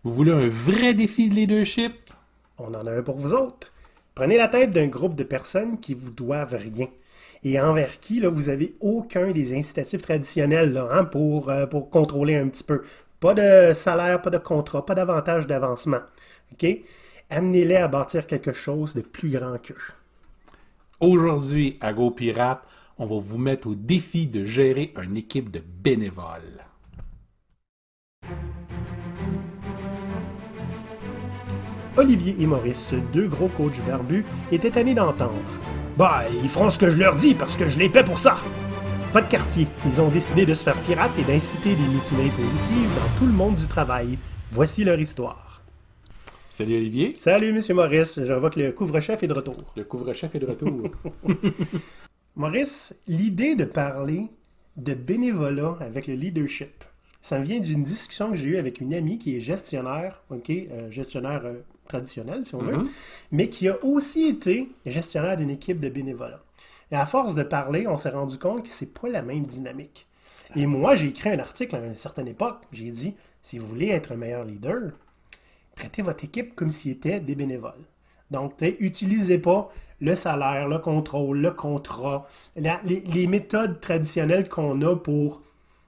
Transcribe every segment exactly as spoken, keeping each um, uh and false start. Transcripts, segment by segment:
Vous voulez un vrai défi de leadership? On en a un pour vous autres. Prenez la tête d'un groupe de personnes qui vous doivent rien et envers qui là, vous n'avez aucun des incitatifs traditionnels là, hein, pour, euh, pour contrôler un petit peu. Pas de salaire, pas de contrat, pas d'avantage d'avancement. OK? Amenez-les à bâtir quelque chose de plus grand qu'eux. Aujourd'hui, à GoPirate, on va vous mettre au défi de gérer une équipe de bénévoles. Olivier et Maurice, deux gros coachs barbus, étaient tannés d'entendre. Bah, ils feront ce que je leur dis parce que je les paie pour ça. Pas de quartier. Ils ont décidé de se faire pirates et d'inciter des mutineries positives dans tout le monde du travail. Voici leur histoire. Salut Olivier. Salut Monsieur Maurice, je vois que le couvre-chef est de retour. Le couvre-chef est de retour. Maurice, l'idée de parler de bénévolat avec le leadership, ça me vient d'une discussion que j'ai eue avec une amie qui est gestionnaire, ok, euh, gestionnaire euh, traditionnel si on veut, mm-hmm. mais qui a aussi été gestionnaire d'une équipe de bénévolat. Et à force de parler, on s'est rendu compte que c'est pas la même dynamique. Et moi, j'ai écrit un article à une certaine époque. J'ai dit, si vous voulez être un meilleur leader, traitez votre équipe comme s'ils étaient des bénévoles. Donc, utilisez pas le salaire, le contrôle, le contrat, la, les, les méthodes traditionnelles qu'on a pour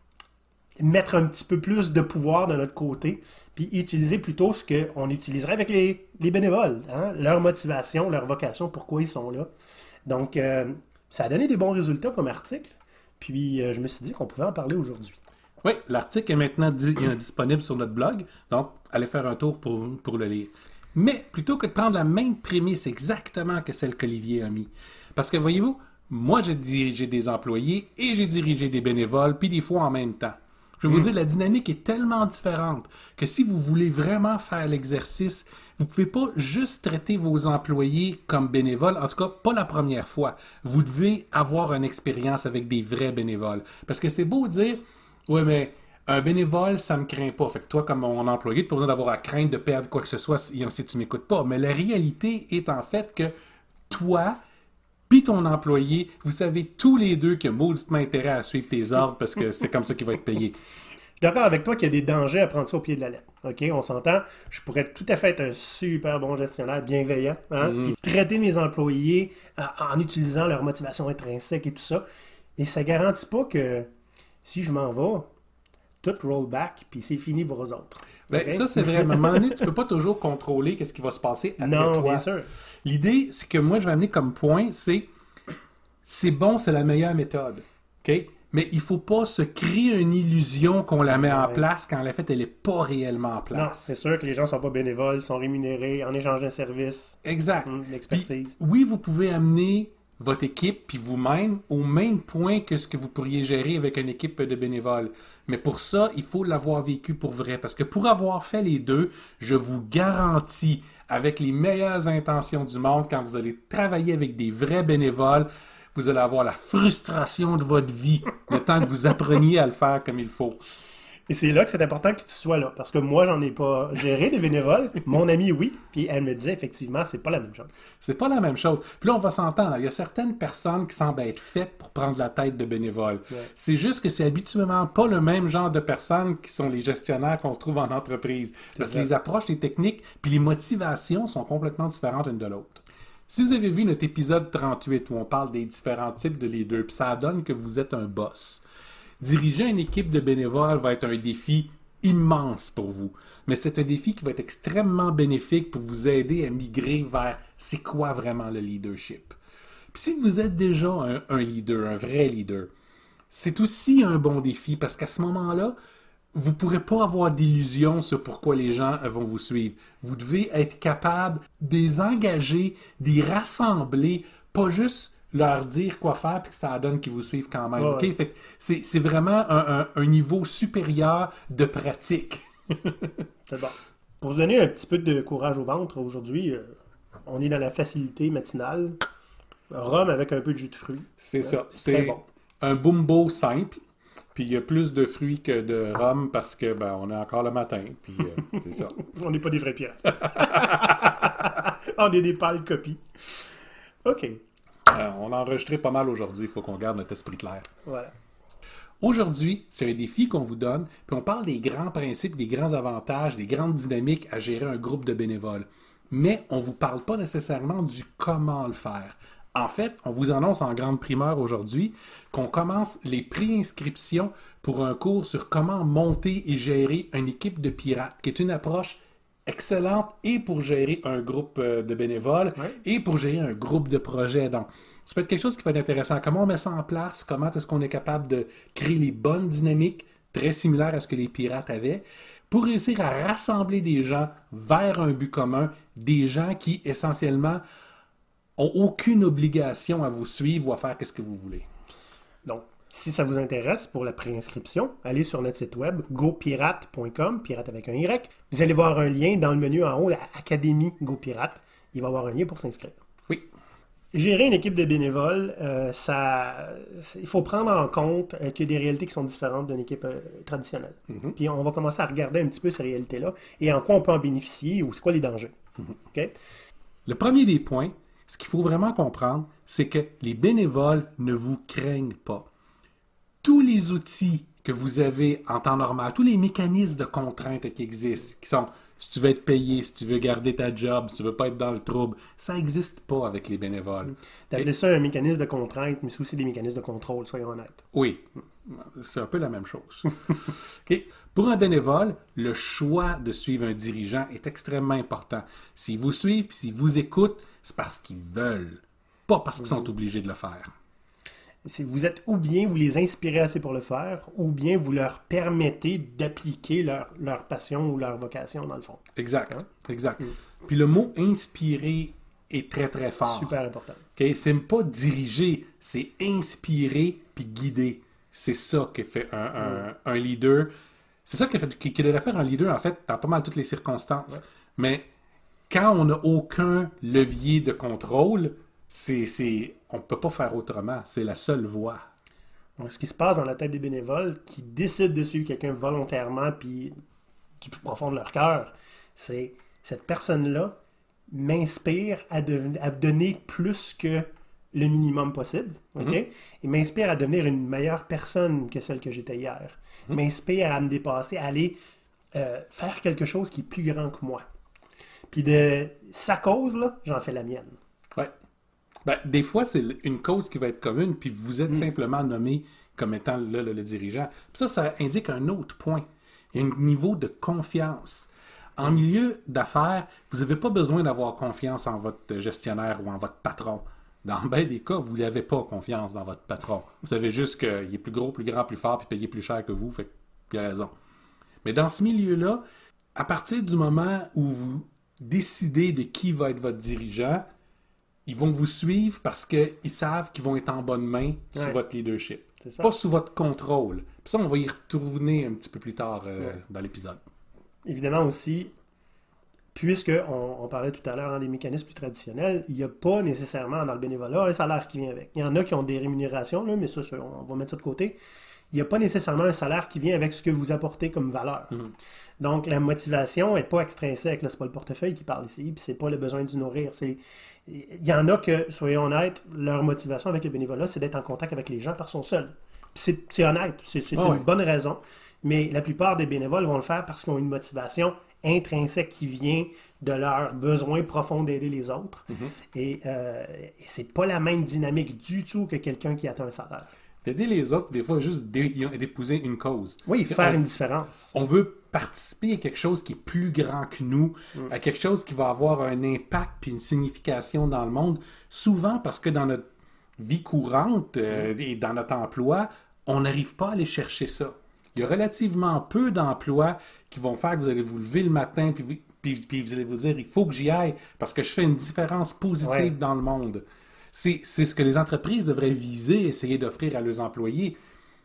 mettre un petit peu plus de pouvoir de notre côté, puis utiliser plutôt ce qu'on utiliserait avec les, les bénévoles, hein? Leur motivation, leur vocation, pourquoi ils sont là. Donc, euh, ça a donné des bons résultats comme article, puis euh, je me suis dit qu'on pouvait en parler aujourd'hui. Oui, l'article est maintenant di- disponible sur notre blog, donc allez faire un tour pour, pour le lire. Mais plutôt que de prendre la même prémisse exactement que celle qu'Olivier a mis, parce que voyez-vous, moi j'ai dirigé des employés et j'ai dirigé des bénévoles, puis des fois en même temps. Je vais vous dire, la dynamique est tellement différente que si vous voulez vraiment faire l'exercice, vous ne pouvez pas juste traiter vos employés comme bénévoles, en tout cas pas la première fois. Vous devez avoir une expérience avec des vrais bénévoles. Parce que c'est beau dire, ouais mais un bénévole, ça me craint pas. Fait que toi, comme mon employé, tu n'as pas besoin d'avoir à craindre de perdre quoi que ce soit si, si tu m'écoutes pas. Mais la réalité est en fait que toi, puis ton employé, vous savez tous les deux qu'il y a mauditement intérêt à suivre tes ordres parce que c'est comme ça qu'il va être payé. Je suis d'accord avec toi qu'il y a des dangers à prendre ça au pied de la lettre. OK, on s'entend. Je pourrais tout à fait être un super bon gestionnaire, bienveillant, hein, mm. puis traiter mes employés euh, en utilisant leur motivation intrinsèque et tout ça. Et ça garantit pas que si je m'en vais, tout roll back, puis c'est fini pour eux autres. Ben, okay? Ça, c'est vrai. À un moment donné, tu peux pas toujours contrôler qu'est-ce qui va se passer après non, toi. Bien sûr. L'idée, c'est que moi, je vais amener comme point, c'est c'est bon, c'est la meilleure méthode. OK? Mais il faut pas se créer une illusion qu'on la met ouais. en place quand en fait, elle n'est pas réellement en place. Non, c'est sûr que les gens sont pas bénévoles, sont rémunérés en échange d'un service. Exact. Hum, l'expertise. Puis, oui, vous pouvez amener votre équipe puis vous-même au même point que ce que vous pourriez gérer avec une équipe de bénévoles. Mais pour ça, il faut l'avoir vécu pour vrai. Parce que pour avoir fait les deux, je vous garantis, avec les meilleures intentions du monde, quand vous allez travailler avec des vrais bénévoles, vous allez avoir la frustration de votre vie le temps que vous appreniez à le faire comme il faut. Et c'est là que c'est important que tu sois là. Parce que moi, j'en ai pas géré des bénévoles. Mon amie, oui. Puis elle me disait, effectivement, c'est pas la même chose. C'est pas la même chose. Puis là, on va s'entendre. Il y a certaines personnes qui semblent être faites pour prendre la tête de bénévoles. Ouais. C'est juste que c'est habituellement pas le même genre de personnes qui sont les gestionnaires qu'on trouve en entreprise. C'est parce que les approches, les techniques, puis les motivations sont complètement différentes l'une de l'autre. Si vous avez vu notre épisode trente-huit où on parle des différents types de leaders, puis ça donne que vous êtes un boss. Diriger une équipe de bénévoles va être un défi immense pour vous. Mais c'est un défi qui va être extrêmement bénéfique pour vous aider à migrer vers c'est quoi vraiment le leadership. Puis si vous êtes déjà un, un leader, un vrai leader, c'est aussi un bon défi parce qu'à ce moment-là, vous ne pourrez pas avoir d'illusions sur pourquoi les gens vont vous suivre. Vous devez être capable de les engager, de les rassembler, pas juste leur dire quoi faire puis que ça donne qu'ils vous suivent quand même. Ouais. Okay? Fait que c'est, c'est vraiment un, un, un niveau supérieur de pratique. C'est bon. Pour vous donner un petit peu de courage au ventre, aujourd'hui, euh, on est dans la facilité matinale. Rhum avec un peu de jus de fruits. C'est ouais, ça. C'est, c'est bon. Un bumbo simple. Puis il y a plus de fruits que de rhum parce que ben on est encore le matin. Puis euh, c'est ça. On n'est pas des vrais pirates. On est des pâles copies. OK. Euh, on a enregistré pas mal aujourd'hui. Il faut qu'on garde notre esprit clair. Voilà. Aujourd'hui, c'est un défi qu'on vous donne, puis on parle des grands principes, des grands avantages, des grandes dynamiques à gérer un groupe de bénévoles. Mais on ne vous parle pas nécessairement du comment le faire. En fait, on vous annonce en grande primeur aujourd'hui qu'on commence les pré-inscriptions pour un cours sur comment monter et gérer une équipe de pirates, qui est une approche excellente et pour gérer un groupe de bénévoles ouais. et pour gérer un groupe de projets. Donc, ça peut être quelque chose qui peut être intéressant. Comment on met ça en place? Comment est-ce qu'on est capable de créer les bonnes dynamiques très similaires à ce que les pirates avaient pour réussir à rassembler des gens vers un but commun, des gens qui, essentiellement, ont aucune obligation à vous suivre ou à faire ce que vous voulez. Donc, si ça vous intéresse pour la préinscription, allez sur notre site web go pirate point com, pirate avec un Y. Vous allez voir un lien dans le menu en haut, la Académie GoPirate. Il va y avoir un lien pour s'inscrire. Oui. Gérer une équipe de bénévoles, euh, ça, il faut prendre en compte euh, qu'il y a des réalités qui sont différentes d'une équipe euh, traditionnelle. Mm-hmm. Puis on va commencer à regarder un petit peu ces réalités-là et en quoi on peut en bénéficier ou c'est quoi les dangers. Mm-hmm. Okay? Le premier des points, ce qu'il faut vraiment comprendre, c'est que les bénévoles ne vous craignent pas. Tous les outils que vous avez en temps normal, tous les mécanismes de contrainte qui existent, qui sont si tu veux être payé, si tu veux garder ta job, si tu veux pas être dans le trouble, ça n'existe pas avec les bénévoles. Tu appelais ça un mécanisme de contrainte, mais c'est aussi des mécanismes de contrôle, soyons honnêtes. Oui, c'est un peu la même chose. Okay. Pour un bénévole, le choix de suivre un dirigeant est extrêmement important. S'ils vous suivent, s'ils vous écoutent, c'est parce qu'ils veulent, pas parce qu'ils sont obligés de le faire. C'est, vous êtes ou bien vous les inspirez assez pour le faire, ou bien vous leur permettez d'appliquer leur, leur passion ou leur vocation dans le fond. Exact, hein? exact. Mm. Puis le mot « inspirer » est très très fort. Super important. Okay? C'est pas diriger, c'est inspirer puis guider. C'est ça que fait un, un, mm. un leader. C'est ça qui, fait, qui, qui devrait faire un leader, en fait, dans pas mal toutes les circonstances. Ouais. Mais quand on n'a aucun levier de contrôle, c'est, c'est, on ne peut pas faire autrement. C'est la seule voie. Donc, ce qui se passe dans la tête des bénévoles qui décident de suivre quelqu'un volontairement puis du plus profond de leur cœur, c'est cette personne-là m'inspire à, deven- à donner plus que le minimum possible. Okay? Mm-hmm. Et m'inspire à devenir une meilleure personne que celle que j'étais hier. Mm-hmm. M'inspire à me dépasser, à aller euh, faire quelque chose qui est plus grand que moi. Puis de sa cause, là, j'en fais la mienne. Ouais. Ben, des fois, c'est une cause qui va être commune, puis vous êtes mmh. simplement nommé comme étant le, le, le dirigeant. Puis ça, ça indique un autre point. Il y a un niveau de confiance. En milieu d'affaires, vous n'avez pas besoin d'avoir confiance en votre gestionnaire ou en votre patron. Dans bien des cas, vous n'avez pas confiance dans votre patron. Vous savez juste qu'il est plus gros, plus grand, plus fort, puis payé plus cher que vous, fait qu'il a raison. Mais dans ce milieu-là, à partir du moment où vous décidez de qui va être votre dirigeant, ils vont vous suivre parce qu'ils savent qu'ils vont être en bonne main sous ouais. votre leadership. Pas sous votre contrôle. Puis ça, on va y retourner un petit peu plus tard euh, ouais. dans l'épisode. Évidemment aussi, puisque on, on parlait tout à l'heure hein, des mécanismes plus traditionnels, il n'y a pas nécessairement dans le bénévolat un salaire qui vient avec. Il y en a qui ont des rémunérations, là, mais ça, ça, on va mettre ça de côté. Il n'y a pas nécessairement un salaire qui vient avec ce que vous apportez comme valeur. Mm-hmm. Donc, la motivation n'est pas extrinsèque. Ce n'est pas le portefeuille qui parle ici, puis ce n'est pas le besoin du nourrir. C'est... Il y en a que, soyons honnêtes, leur motivation avec le bénévolat, c'est d'être en contact avec les gens par son seul. Puis c'est, c'est honnête, c'est, c'est oh une ouais. bonne raison. Mais la plupart des bénévoles vont le faire parce qu'ils ont une motivation intrinsèque qui vient de leur besoin profond d'aider les autres. Mm-hmm. Et, euh, et c'est pas la même dynamique du tout que quelqu'un qui atteint un salaire. Aider les autres, des fois, juste d'épouser une cause. Oui, faire on, une différence. On veut participer à quelque chose qui est plus grand que nous, mm. à quelque chose qui va avoir un impact puis une signification dans le monde. Souvent parce que dans notre vie courante euh, mm. et dans notre emploi, on n'arrive pas à aller chercher ça. Il y a relativement peu d'emplois qui vont faire que vous allez vous lever le matin puis, puis, puis vous allez vous dire « il faut que j'y aille parce que je fais une différence positive ouais. dans le monde ». C'est, c'est ce que les entreprises devraient viser, essayer d'offrir à leurs employés.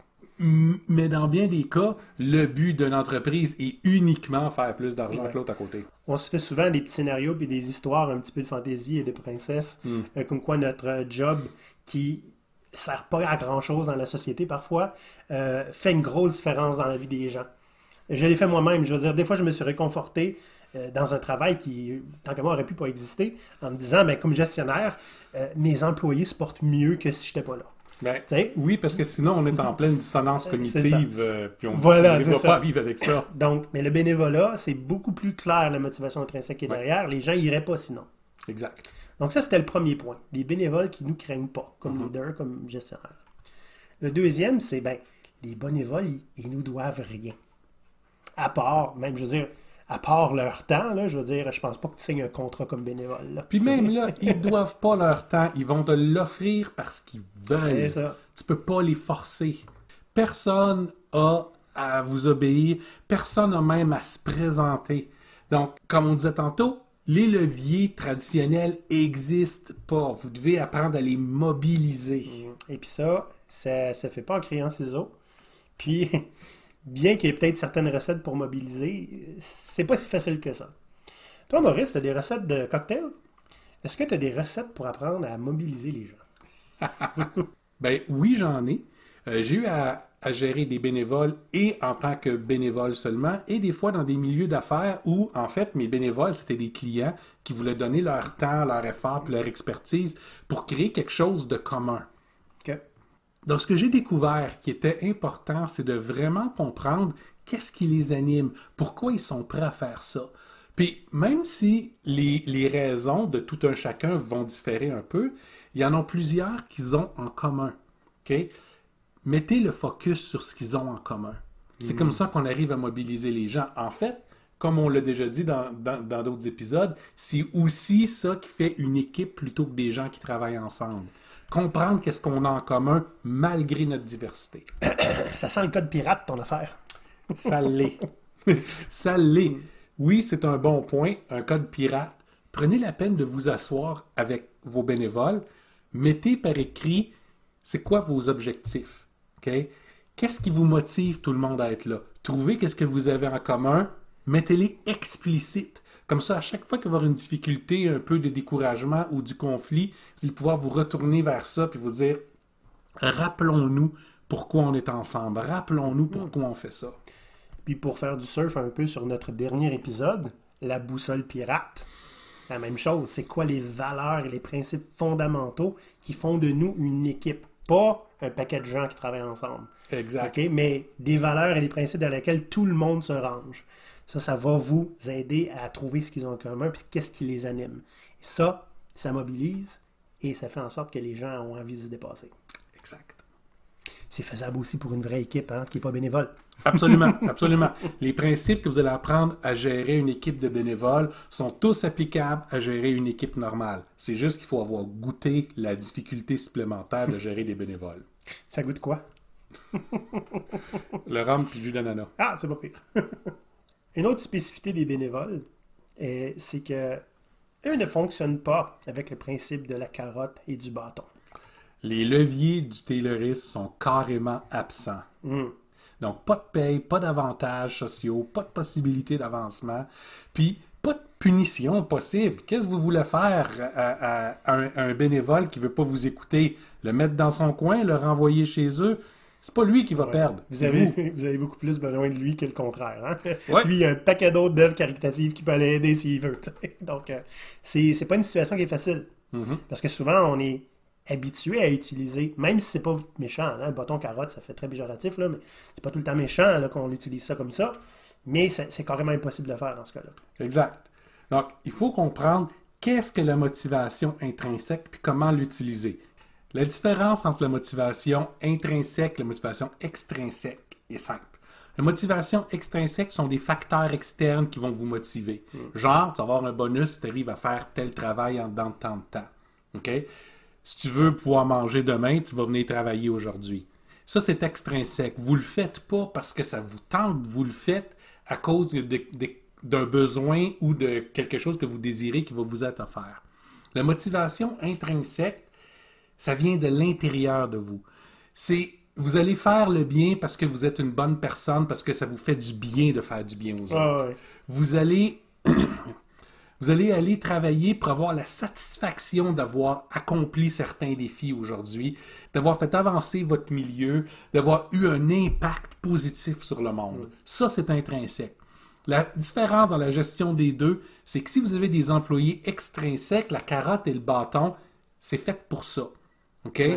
Mais dans bien des cas, le but d'une entreprise est uniquement faire plus d'argent ouais. que l'autre à côté. On se fait souvent des petits scénarios et des histoires un petit peu de fantaisie et de princesse, mm. euh, comme quoi notre job qui ne sert pas à grand-chose dans la société parfois, euh, fait une grosse différence dans la vie des gens. Je l'ai fait moi-même. Je veux dire, des fois, je me suis réconforté euh, dans un travail qui, tant que moi, aurait pu pas exister, en me disant, ben, comme gestionnaire, euh, mes employés se portent mieux que si je n'étais pas là. Ben, oui, parce que sinon, on est en pleine dissonance cognitive, euh, puis on voilà, ne va pas vivre avec ça. Donc, mais le bénévolat, c'est beaucoup plus clair, la motivation intrinsèque qui est derrière. Ouais. Les gens n'iraient pas sinon. Exact. Donc ça, c'était le premier point. Des bénévoles qui ne nous craignent pas, comme mm-hmm. leader, comme gestionnaire. Le deuxième, c'est, ben, les bénévoles, ils, ils nous doivent rien. À part, même, je veux dire, à part leur temps, là, je veux dire, je pense pas que tu signes un contrat comme bénévole. Là, Puis même là, ils doivent pas leur temps. Ils vont te l'offrir parce qu'ils veulent. C'est ça. Tu peux pas les forcer. Personne a à vous obéir. Personne n'a même à se présenter. Donc, comme on disait tantôt, les leviers traditionnels n'existent pas. Vous devez apprendre à les mobiliser. Et puis ça, ça ne se fait pas en criant ciseaux. Puis, bien qu'il y ait peut-être certaines recettes pour mobiliser, c'est pas si facile que ça. Toi, Maurice, tu as des recettes de cocktails? Est-ce que tu as des recettes pour apprendre à mobiliser les gens? Ben oui, j'en ai. Euh, j'ai eu à, à gérer des bénévoles et en tant que bénévole seulement, et des fois dans des milieux d'affaires où, en fait, mes bénévoles, c'était des clients qui voulaient donner leur temps, leur effort, puis leur expertise pour créer quelque chose de commun. OK. Donc, ce que j'ai découvert qui était important, c'est de vraiment comprendre qu'est-ce qui les anime, pourquoi ils sont prêts à faire ça. Puis, même si les, les raisons de tout un chacun vont différer un peu, il y en a plusieurs qu'ils ont en commun. OK? Mettez le focus sur ce qu'ils ont en commun. C'est mmh. comme ça qu'on arrive à mobiliser les gens. En fait, comme on l'a déjà dit dans, dans, dans d'autres épisodes, c'est aussi ça qui fait une équipe plutôt que des gens qui travaillent ensemble. Comprendre qu'est-ce qu'on a en commun malgré notre diversité. Ça sent le code pirate, ton affaire. Ça l'est. Ça l'est. Oui, c'est un bon point, un code pirate. Prenez la peine de vous asseoir avec vos bénévoles. Mettez par écrit, c'est quoi vos objectifs? Okay? Qu'est-ce qui vous motive tout le monde à être là? Trouvez qu'est-ce que vous avez en commun. Mettez-les explicites. Comme ça, à chaque fois qu'il va y avoir une difficulté, un peu de découragement ou du conflit, vous allez pouvoir vous retourner vers ça et vous dire, rappelons-nous pourquoi on est ensemble. Rappelons-nous pourquoi on fait ça. Puis pour faire du surf un peu sur notre dernier épisode, la boussole pirate, la même chose. C'est quoi les valeurs et les principes fondamentaux qui font de nous une équipe? Pas un paquet de gens qui travaillent ensemble. Exact. Okay? Mais des valeurs et des principes dans lesquels tout le monde se range. Ça, ça va vous aider à trouver ce qu'ils ont en commun puis qu'est-ce qui les anime. Et ça, ça mobilise et ça fait en sorte que les gens ont envie de se dépasser. Exact. C'est faisable aussi pour une vraie équipe hein, qui n'est pas bénévole. Absolument, absolument. Les principes que vous allez apprendre à gérer une équipe de bénévoles sont tous applicables à gérer une équipe normale. C'est juste qu'il faut avoir goûté la difficulté supplémentaire de gérer des bénévoles. Ça goûte quoi? Le rhum puis le jus d'ananas. Ah, c'est pas pire. Une autre spécificité des bénévoles, est, c'est que eux ne fonctionnent pas avec le principe de la carotte et du bâton. Les leviers du taylorisme sont carrément absents. Mm. Donc, pas de paye, pas d'avantages sociaux, pas de possibilité d'avancement, puis pas de punition possible. Qu'est-ce que vous voulez faire à, à, à, un, à un bénévole qui ne veut pas vous écouter? Le mettre dans son coin, le renvoyer chez eux? C'est pas lui qui va ouais. perdre. Vous avez, vous. vous avez beaucoup plus besoin de lui que le contraire. Hein? Ouais. Lui, il y a un paquet d'autres d'œuvres caritatives qui peuvent l'aider s'il veut. T'sais. Donc, euh, c'est, c'est pas une situation qui est facile. Mm-hmm. Parce que souvent, on est habitué à utiliser, même si c'est pas méchant, hein, le bâton carotte, ça fait très péjoratif, là, mais c'est pas tout le temps méchant là, qu'on utilise ça comme ça, mais c'est, c'est carrément impossible de faire dans ce cas-là. Exact. Donc, il faut comprendre qu'est-ce que la motivation intrinsèque puis comment l'utiliser. La différence entre la motivation intrinsèque et la motivation extrinsèque est simple. La motivation extrinsèque sont des facteurs externes qui vont vous motiver. Mm. Genre, tu vas avoir un bonus si tu arrives à faire tel travail en dedans de tant de temps. OK? Si tu veux pouvoir manger demain, tu vas venir travailler aujourd'hui. Ça, c'est extrinsèque. Vous ne le faites pas parce que ça vous tente. Vous le faites à cause de, de, de, d'un besoin ou de quelque chose que vous désirez qui va vous être offert. La motivation intrinsèque, ça vient de l'intérieur de vous. C'est, vous allez faire le bien parce que vous êtes une bonne personne, parce que ça vous fait du bien de faire du bien aux autres. Ah ouais. Vous allez... Vous allez aller travailler pour avoir la satisfaction d'avoir accompli certains défis aujourd'hui, d'avoir fait avancer votre milieu, d'avoir eu un impact positif sur le monde. Ça, c'est intrinsèque. La différence dans la gestion des deux, c'est que si vous avez des employés extrinsèques, la carotte et le bâton, c'est fait pour ça. OK? Ouais.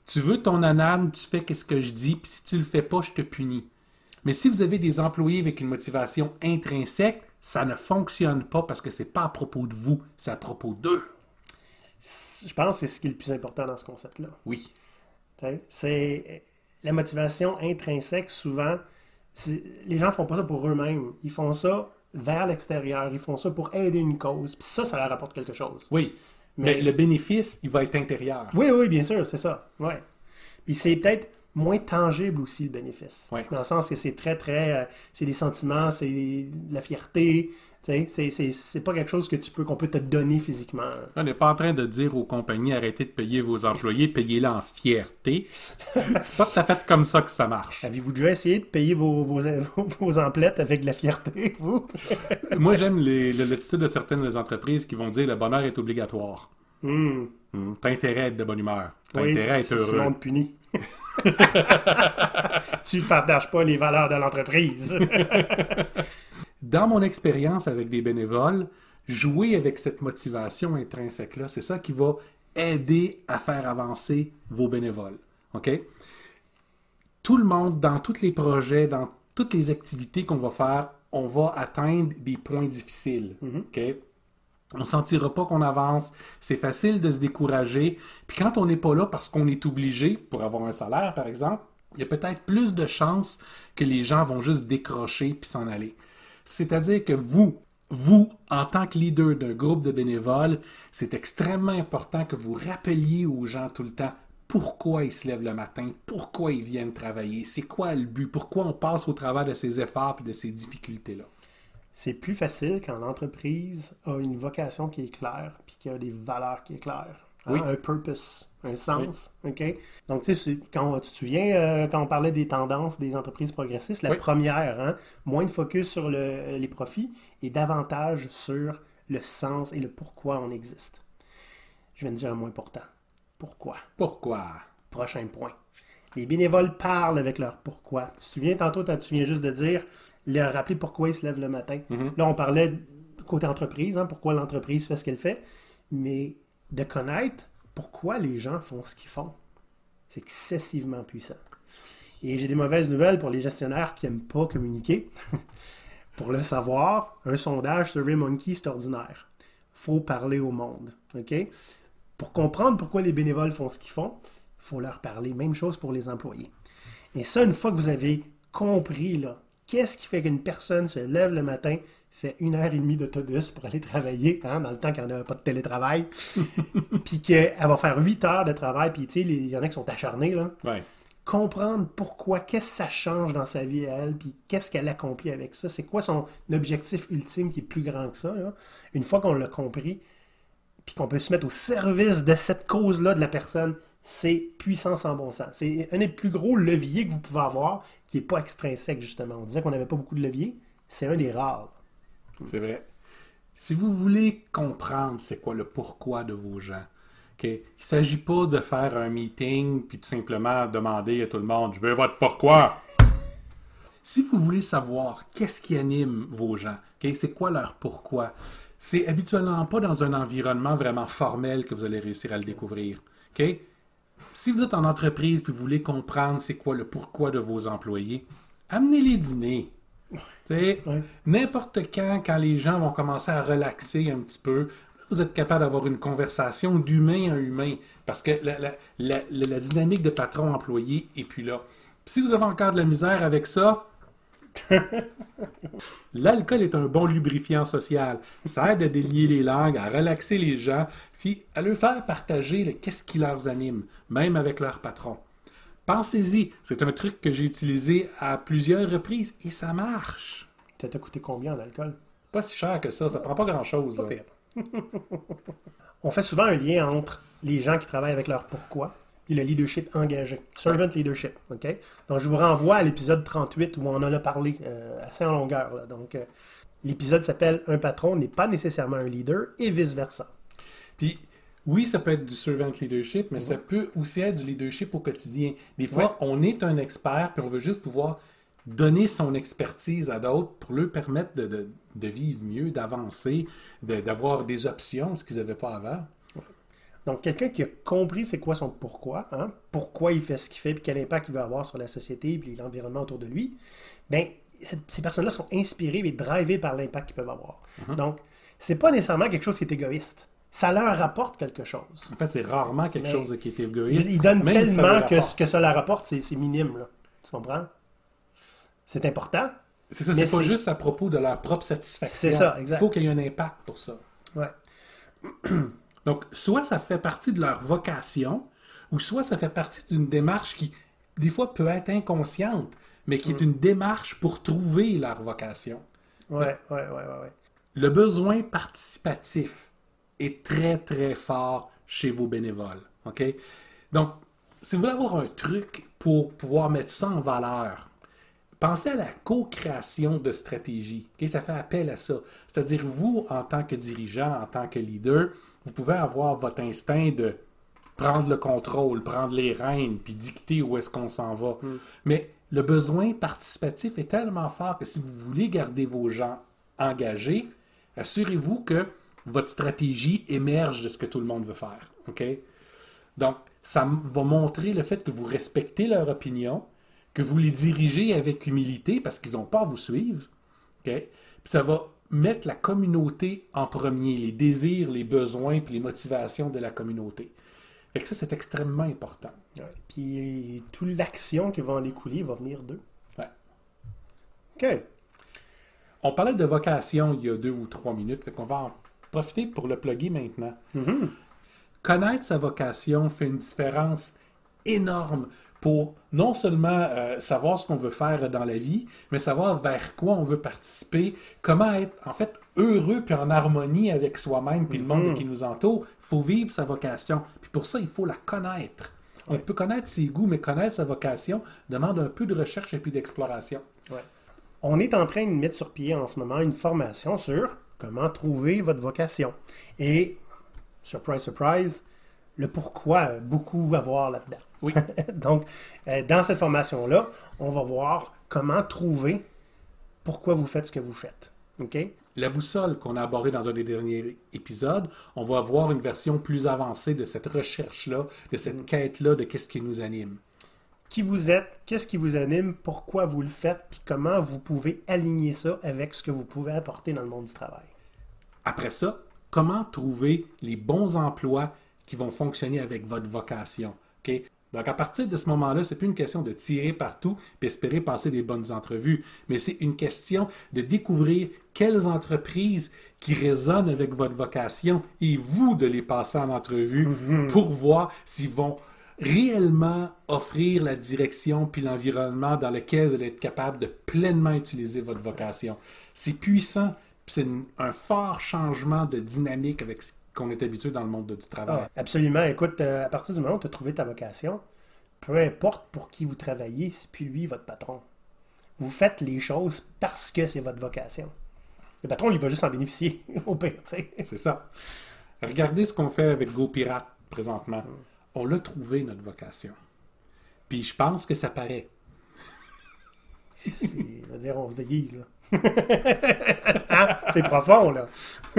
Tu veux ton ânane, tu fais ce que je dis, puis si tu le fais pas, je te punis. Mais si vous avez des employés avec une motivation intrinsèque, ça ne fonctionne pas parce que c'est pas à propos de vous, c'est à propos d'eux. Je pense que c'est ce qui est le plus important dans ce concept-là. Oui. T'sais, c'est la motivation intrinsèque, souvent, les gens font pas ça pour eux-mêmes. Ils font ça vers l'extérieur. Ils font ça pour aider une cause. Puis ça, ça leur apporte quelque chose. Oui. Mais, mais le bénéfice, il va être intérieur. Oui, oui, bien sûr, c'est ça. Ouais. Puis c'est peut-être moins tangible aussi, le bénéfice. Oui. Dans le sens que c'est très, très... Euh, c'est des sentiments, c'est de la fierté. C'est, c'est, c'est pas quelque chose que tu peux, qu'on peut te donner physiquement. On n'est pas en train de dire aux compagnies arrêtez de payer vos employés, payez-les en fierté. C'est pas tout à fait comme ça que ça marche. Avez-vous déjà essayé de payer vos, vos, vos emplettes avec de la fierté, vous? Moi, j'aime les, l'attitude de certaines entreprises qui vont dire le bonheur est obligatoire. Mm. Mm. T'as intérêt à être de bonne humeur. T'as oui, intérêt à être heureux. Sinon on te punit. Tu ne partages pas les valeurs de l'entreprise. Dans mon expérience avec des bénévoles, jouer avec cette motivation intrinsèque-là, c'est ça qui va aider à faire avancer vos bénévoles. OK? Tout le monde, dans tous les projets, dans toutes les activités qu'on va faire, on va atteindre des points difficiles. Mm-hmm. OK? On ne sentira pas qu'on avance. C'est facile de se décourager. Puis quand on n'est pas là parce qu'on est obligé, pour avoir un salaire, par exemple, il y a peut-être plus de chances que les gens vont juste décrocher puis s'en aller. C'est-à-dire que vous, vous, en tant que leader d'un groupe de bénévoles, c'est extrêmement important que vous rappeliez aux gens tout le temps pourquoi ils se lèvent le matin, pourquoi ils viennent travailler, c'est quoi le but, pourquoi on passe au travers de ces efforts et de ces difficultés-là. C'est plus facile quand l'entreprise a une vocation qui est claire puis qu'il y a des valeurs qui est claires. Hein? Oui. Un purpose, un sens. Oui. OK? Donc, tu sais, quand tu te souviens, euh, quand on parlait des tendances des entreprises progressistes, la oui. première, hein, moins de focus sur le, les profits et davantage sur le sens et le pourquoi on existe. Je viens de dire un mot important. Pourquoi? Pourquoi? Prochain point. Les bénévoles parlent avec leur pourquoi. Tu te souviens, tantôt, tu viens juste de dire, leur rappeler pourquoi ils se lèvent le matin. Mm-hmm. Là, on parlait côté entreprise, hein, pourquoi l'entreprise fait ce qu'elle fait, mais de connaître pourquoi les gens font ce qu'ils font, c'est excessivement puissant. Et j'ai des mauvaises nouvelles pour les gestionnaires qui n'aiment pas communiquer. Pour le savoir, un sondage SurveyMonkey, c'est ordinaire. Il faut parler au monde. Okay? Pour comprendre pourquoi les bénévoles font ce qu'ils font, il faut leur parler. Même chose pour les employés. Et ça, une fois que vous avez compris, là, qu'est-ce qui fait qu'une personne se lève le matin, fait une heure et demie d'autobus pour aller travailler, hein, dans le temps qu'il n'y en a pas de télétravail, puis qu'elle va faire huit heures de travail, puis tu sais, il y en a qui sont acharnés, là. Ouais. Comprendre pourquoi, qu'est-ce que ça change dans sa vie à elle, puis qu'est-ce qu'elle accomplit avec ça, c'est quoi son objectif ultime qui est plus grand que ça, là. Une fois qu'on l'a compris, puis qu'on peut se mettre au service de cette cause-là de la personne, c'est puissance en bon sens. C'est un des plus gros leviers que vous pouvez avoir, qui n'est pas extrinsèque, justement. On disait qu'on n'avait pas beaucoup de leviers, c'est un des rares. C'est vrai. Si vous voulez comprendre c'est quoi le pourquoi de vos gens, okay, il ne s'agit pas de faire un meeting puis de simplement demander à tout le monde « Je veux votre pourquoi ». Si vous voulez savoir qu'est-ce qui anime vos gens, okay, c'est quoi leur pourquoi, c'est habituellement pas dans un environnement vraiment formel que vous allez réussir à le découvrir. Okay? Si vous êtes en entreprise et vous voulez comprendre c'est quoi le pourquoi de vos employés, amenez-les dîner. Ouais. N'importe quand, quand les gens vont commencer à relaxer un petit peu, vous êtes capable d'avoir une conversation d'humain à humain parce que la, la, la, la dynamique de patron-employé est plus là. Puis si vous avez encore de la misère avec ça, l'alcool est un bon lubrifiant social. Ça aide à délier les langues, à relaxer les gens, puis à leur faire partager le, qu'est-ce qui leur anime, même avec leur patron. Pensez-y, c'est un truc que j'ai utilisé à plusieurs reprises et ça marche. Ça t'a coûté combien en alcool? Pas si cher que ça, ça prend pas grand-chose. Pas pire. On fait souvent un lien entre les gens qui travaillent avec leur pourquoi et le leadership engagé. Servant leadership, OK? Donc, je vous renvoie à l'épisode trente-huit où on en a parlé euh, assez en longueur. Là. Donc, euh, l'épisode s'appelle « Un patron n'est pas nécessairement un leader » et vice-versa. Puis, oui, ça peut être du servant leadership, mais mmh. ça peut aussi être du leadership au quotidien. Des fois, ouais. on est un expert puis on veut juste pouvoir donner son expertise à d'autres pour leur permettre de, de, de vivre mieux, d'avancer, de, d'avoir des options, ce qu'ils n'avaient pas avant. Donc, quelqu'un qui a compris c'est quoi son pourquoi, hein, pourquoi il fait ce qu'il fait, puis quel impact il va avoir sur la société, puis l'environnement autour de lui, bien, ces personnes-là sont inspirées et drivées par l'impact qu'ils peuvent avoir. Mm-hmm. Donc, c'est pas nécessairement quelque chose qui est égoïste. Ça leur rapporte quelque chose. En fait, c'est rarement quelque mais chose qui est égoïste. Ils, ils donnent tellement ça que ce que ça leur rapporte, c'est, c'est minime. Là. Tu comprends? C'est important. C'est ça, c'est pas c'est... juste à propos de leur propre satisfaction. C'est ça, exact. Il faut qu'il y ait un impact pour ça. Ouais. Donc, soit ça fait partie de leur vocation, ou soit ça fait partie d'une démarche qui, des fois, peut être inconsciente, mais qui mm. est une démarche pour trouver leur vocation. Ouais, ouais, ouais, ouais, ouais. Le besoin participatif est très, très fort chez vos bénévoles. OK? Donc, si vous voulez avoir un truc pour pouvoir mettre ça en valeur, pensez à la co-création de stratégie. Okay? Ça fait appel à ça. C'est-à-dire, vous, en tant que dirigeant, en tant que leader, vous pouvez avoir votre instinct de prendre le contrôle, prendre les rênes, puis dicter où est-ce qu'on s'en va. Mm. Mais le besoin participatif est tellement fort que si vous voulez garder vos gens engagés, assurez-vous que votre stratégie émerge de ce que tout le monde veut faire. Okay? Donc, ça va montrer le fait que vous respectez leur opinion, que vous les dirigez avec humilité parce qu'ils n'ont pas à vous suivre. Okay? Puis ça va mettre la communauté en premier, les désirs, les besoins puis les motivations de la communauté. Fait que ça, c'est extrêmement important. Ouais. Puis toute l'action qui va en découler va venir d'eux. Ouais. OK. On parlait de vocation il y a deux ou trois minutes, fait qu'on va en profiter pour le plugger maintenant. Mm-hmm. Connaître sa vocation fait une différence énorme pour non seulement euh, savoir ce qu'on veut faire dans la vie, mais savoir vers quoi on veut participer, comment être en fait heureux puis en harmonie avec soi-même puis mm-hmm. le monde qui nous entoure. Il faut vivre sa vocation. Puis pour ça, il faut la connaître. Ouais. On peut connaître ses goûts, mais connaître sa vocation demande un peu de recherche et puis d'exploration. Ouais. On est en train de mettre sur pied en ce moment une formation sur comment trouver votre vocation. Et, surprise, surprise, le pourquoi, beaucoup à voir là-dedans. Oui. Donc, euh, dans cette formation-là, on va voir comment trouver pourquoi vous faites ce que vous faites. OK? La boussole qu'on a abordée dans un des derniers épisodes, on va avoir une version plus avancée de cette recherche-là, de cette mmh. quête-là, de qu'est-ce qui nous anime. Qui vous êtes, qu'est-ce qui vous anime, pourquoi vous le faites, puis comment vous pouvez aligner ça avec ce que vous pouvez apporter dans le monde du travail. Après ça, comment trouver les bons emplois qui vont fonctionner avec votre vocation. Okay? Donc, à partir de ce moment-là, c'est plus une question de tirer partout et espérer passer des bonnes entrevues, mais c'est une question de découvrir quelles entreprises qui résonnent avec votre vocation et vous de les passer en entrevue mm-hmm. pour voir s'ils vont réellement offrir la direction puis l'environnement dans lequel vous allez être capable de pleinement utiliser votre vocation. C'est puissant, puis c'est une, un fort changement de dynamique avec ce qu'on est habitué dans le monde du travail. Ah, absolument. Écoute, euh, à partir du moment où tu as trouvé ta vocation, peu importe pour qui vous travaillez, c'est plus lui votre patron. Vous faites les choses parce que c'est votre vocation. Le patron, il va juste en bénéficier au pire, tu sais. C'est ça. Regardez ce qu'on fait avec GoPirate présentement. Mm. On l'a trouvé, notre vocation. Puis je pense que ça paraît. C'est, je veux dire, on se déguise, là. Hein? C'est profond, là.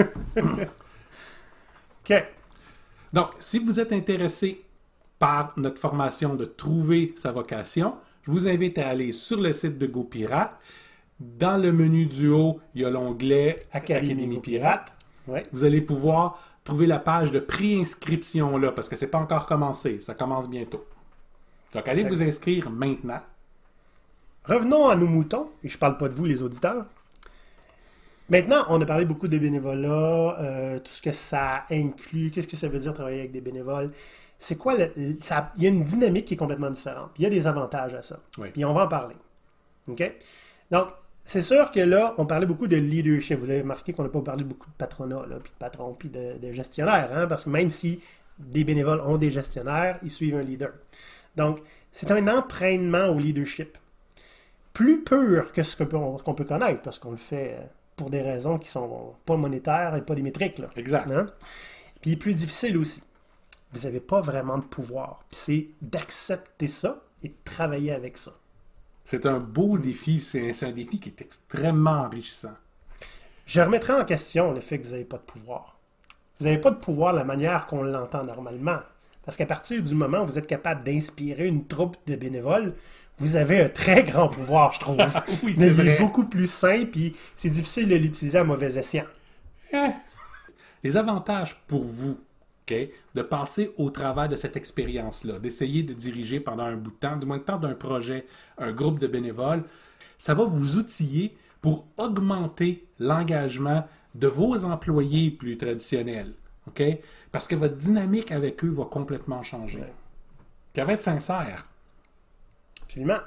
OK. Donc, si vous êtes intéressé par notre formation de trouver sa vocation, je vous invite à aller sur le site de GoPirate. Dans le menu du haut, il y a l'onglet Académie, Académie Pirate. Ouais. Vous allez pouvoir trouver la page de pré-inscription là, parce que c'est pas encore commencé. Ça commence bientôt. Donc, allez okay. vous inscrire maintenant. Revenons à nos moutons, et je parle pas de vous, les auditeurs. Maintenant, on a parlé beaucoup de bénévolat, euh, tout ce que ça inclut, qu'est-ce que ça veut dire travailler avec des bénévoles. C'est quoi le, ça, il y a une dynamique qui est complètement différente. Il y a des avantages à ça. Oui. Puis on va en parler. OK? Donc, c'est sûr que là, on parlait beaucoup de leadership. Vous avez remarqué qu'on n'a pas parlé beaucoup de patronat, là, puis de patron, puis de, de gestionnaire, hein, parce que même si des bénévoles ont des gestionnaires, ils suivent un leader. Donc, c'est un entraînement au leadership. Plus pur que ce qu'on, qu'on peut connaître, parce qu'on le fait pour des raisons qui sont pas monétaires et pas des métriques. Là. Exact. Hein? Puis plus difficile aussi. Vous n'avez pas vraiment de pouvoir. Puis c'est d'accepter ça et de travailler avec ça. C'est un beau défi. C'est un, c'est un défi qui est extrêmement enrichissant. Je remettrai en question le fait que vous n'avez pas de pouvoir. vous n'avez pas de pouvoir de la manière qu'on l'entend normalement. Parce qu'à partir du moment où vous êtes capable d'inspirer une troupe de bénévoles, vous avez un très grand pouvoir, je trouve. Oui, Mais c'est il vrai. est beaucoup plus sain, puis c'est difficile de l'utiliser à mauvais escient. Eh. Les avantages pour vous, OK, de passer au travers de cette expérience-là, d'essayer de diriger pendant un bout de temps, du moins le temps d'un projet, un groupe de bénévoles, ça va vous outiller pour augmenter l'engagement de vos employés plus traditionnels. OK? Parce que votre dynamique avec eux va complètement changer. Ouais. Puis elle va être sincère. Absolument.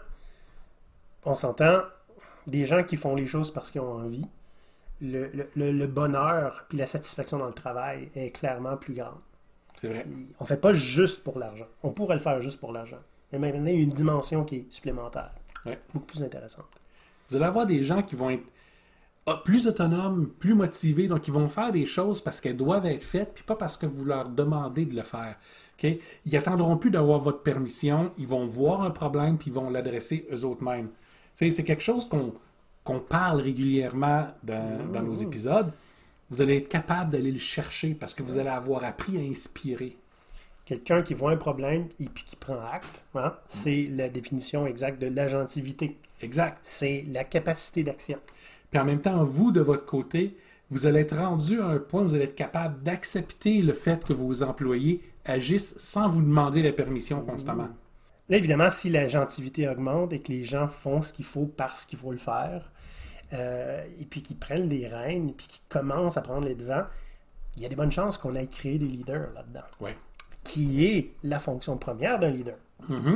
On s'entend, des gens qui font les choses parce qu'ils ont envie, le, le, le, le bonheur puis la satisfaction dans le travail est clairement plus grande. C'est vrai. On ne fait pas juste pour l'argent. On pourrait le faire juste pour l'argent. Mais maintenant, il y a une dimension qui est supplémentaire. Ouais. Beaucoup plus intéressante. Vous allez avoir des gens qui vont être plus autonomes, plus motivés, donc ils vont faire des choses parce qu'elles doivent être faites, puis pas parce que vous leur demandez de le faire. Okay? Ils n'attendront plus d'avoir votre permission, ils vont voir un problème, puis ils vont l'adresser eux autres mêmes. T'sais, c'est quelque chose qu'on, qu'on parle régulièrement dans, dans nos épisodes. Vous allez être capable d'aller le chercher parce que vous allez avoir appris à inspirer. Quelqu'un qui voit un problème et puis qui prend acte, hein, c'est la définition exacte de l'agentivité. Exact. C'est la capacité d'action. Puis en même temps, vous, de votre côté, vous allez être rendu à un point où vous allez être capable d'accepter le fait que vos employés agissent sans vous demander la permission constamment. Là, évidemment, si l'agentivité augmente et que les gens font ce qu'il faut parce qu'il faut le faire, euh, et puis qu'ils prennent des rênes, et puis qu'ils commencent à prendre les devants, il y a des bonnes chances qu'on aille créer des leaders là-dedans. Ouais. Qui est la fonction première d'un leader. Mm-hmm.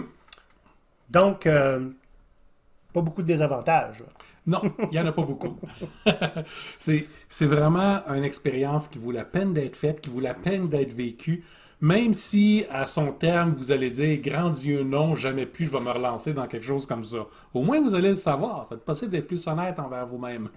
Donc, euh, pas beaucoup de désavantages. Non, il n'y en a pas beaucoup. c'est, c'est vraiment une expérience qui vaut la peine d'être faite, qui vaut la peine d'être vécue, même si, à son terme, vous allez dire « Grand Dieu, non, jamais plus je vais me relancer dans quelque chose comme ça ». Au moins, vous allez le savoir. C'est possible d'être plus honnête envers vous-même.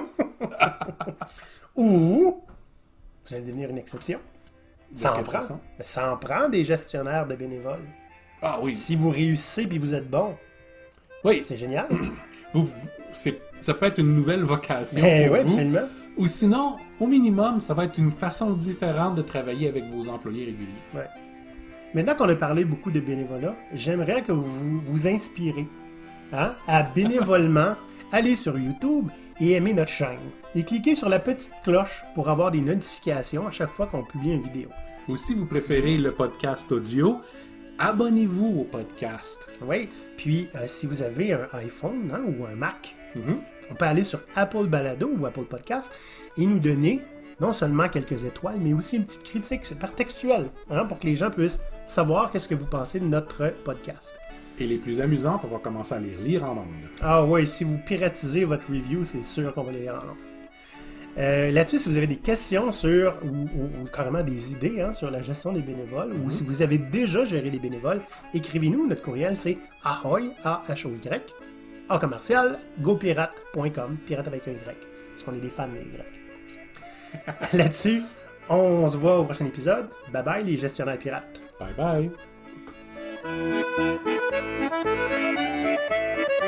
Ou, vous allez devenir une exception. Ça en quelle prend. façon? Mais ça en prend des gestionnaires de bénévoles. Ah oui. Si vous réussissez et vous êtes bon, Oui, c'est génial. vous, vous- c'est, ça peut être une nouvelle vocation Eh pour oui, vous. absolument. Ou sinon, au minimum, ça va être une façon différente de travailler avec vos employés réguliers. Ouais. Maintenant qu'on a parlé beaucoup de bénévolat, j'aimerais que vous vous inspirez hein, à bénévolement aller sur YouTube et aimer notre chaîne. Et cliquez sur la petite cloche pour avoir des notifications à chaque fois qu'on publie une vidéo. Ou si vous préférez le podcast audio, abonnez-vous au podcast. Oui, puis euh, si vous avez un iPhone hein, ou un Mac, Mhm. on peut aller sur Apple Balado ou Apple Podcast et nous donner non seulement quelques étoiles, mais aussi une petite critique par textuelle, hein, pour que les gens puissent savoir qu'est-ce que vous pensez de notre podcast. Et les plus amusantes, on va commencer à les lire en ondes. Ah oui, si vous piratisez votre review, c'est sûr qu'on va les lire en nombre. Euh, Là-dessus, si vous avez des questions sur, ou, ou- ou carrément des idées hein, sur la gestion des bénévoles, ou si vous avez déjà géré des bénévoles, écrivez-nous. Notre courriel, c'est ahoy, A H O Y, A commercial, gopirate point com, pirate avec un Y, parce qu'on est des fans des Y. Là-dessus, on se voit au prochain épisode. Bye bye les gestionnaires pirates. Bye bye!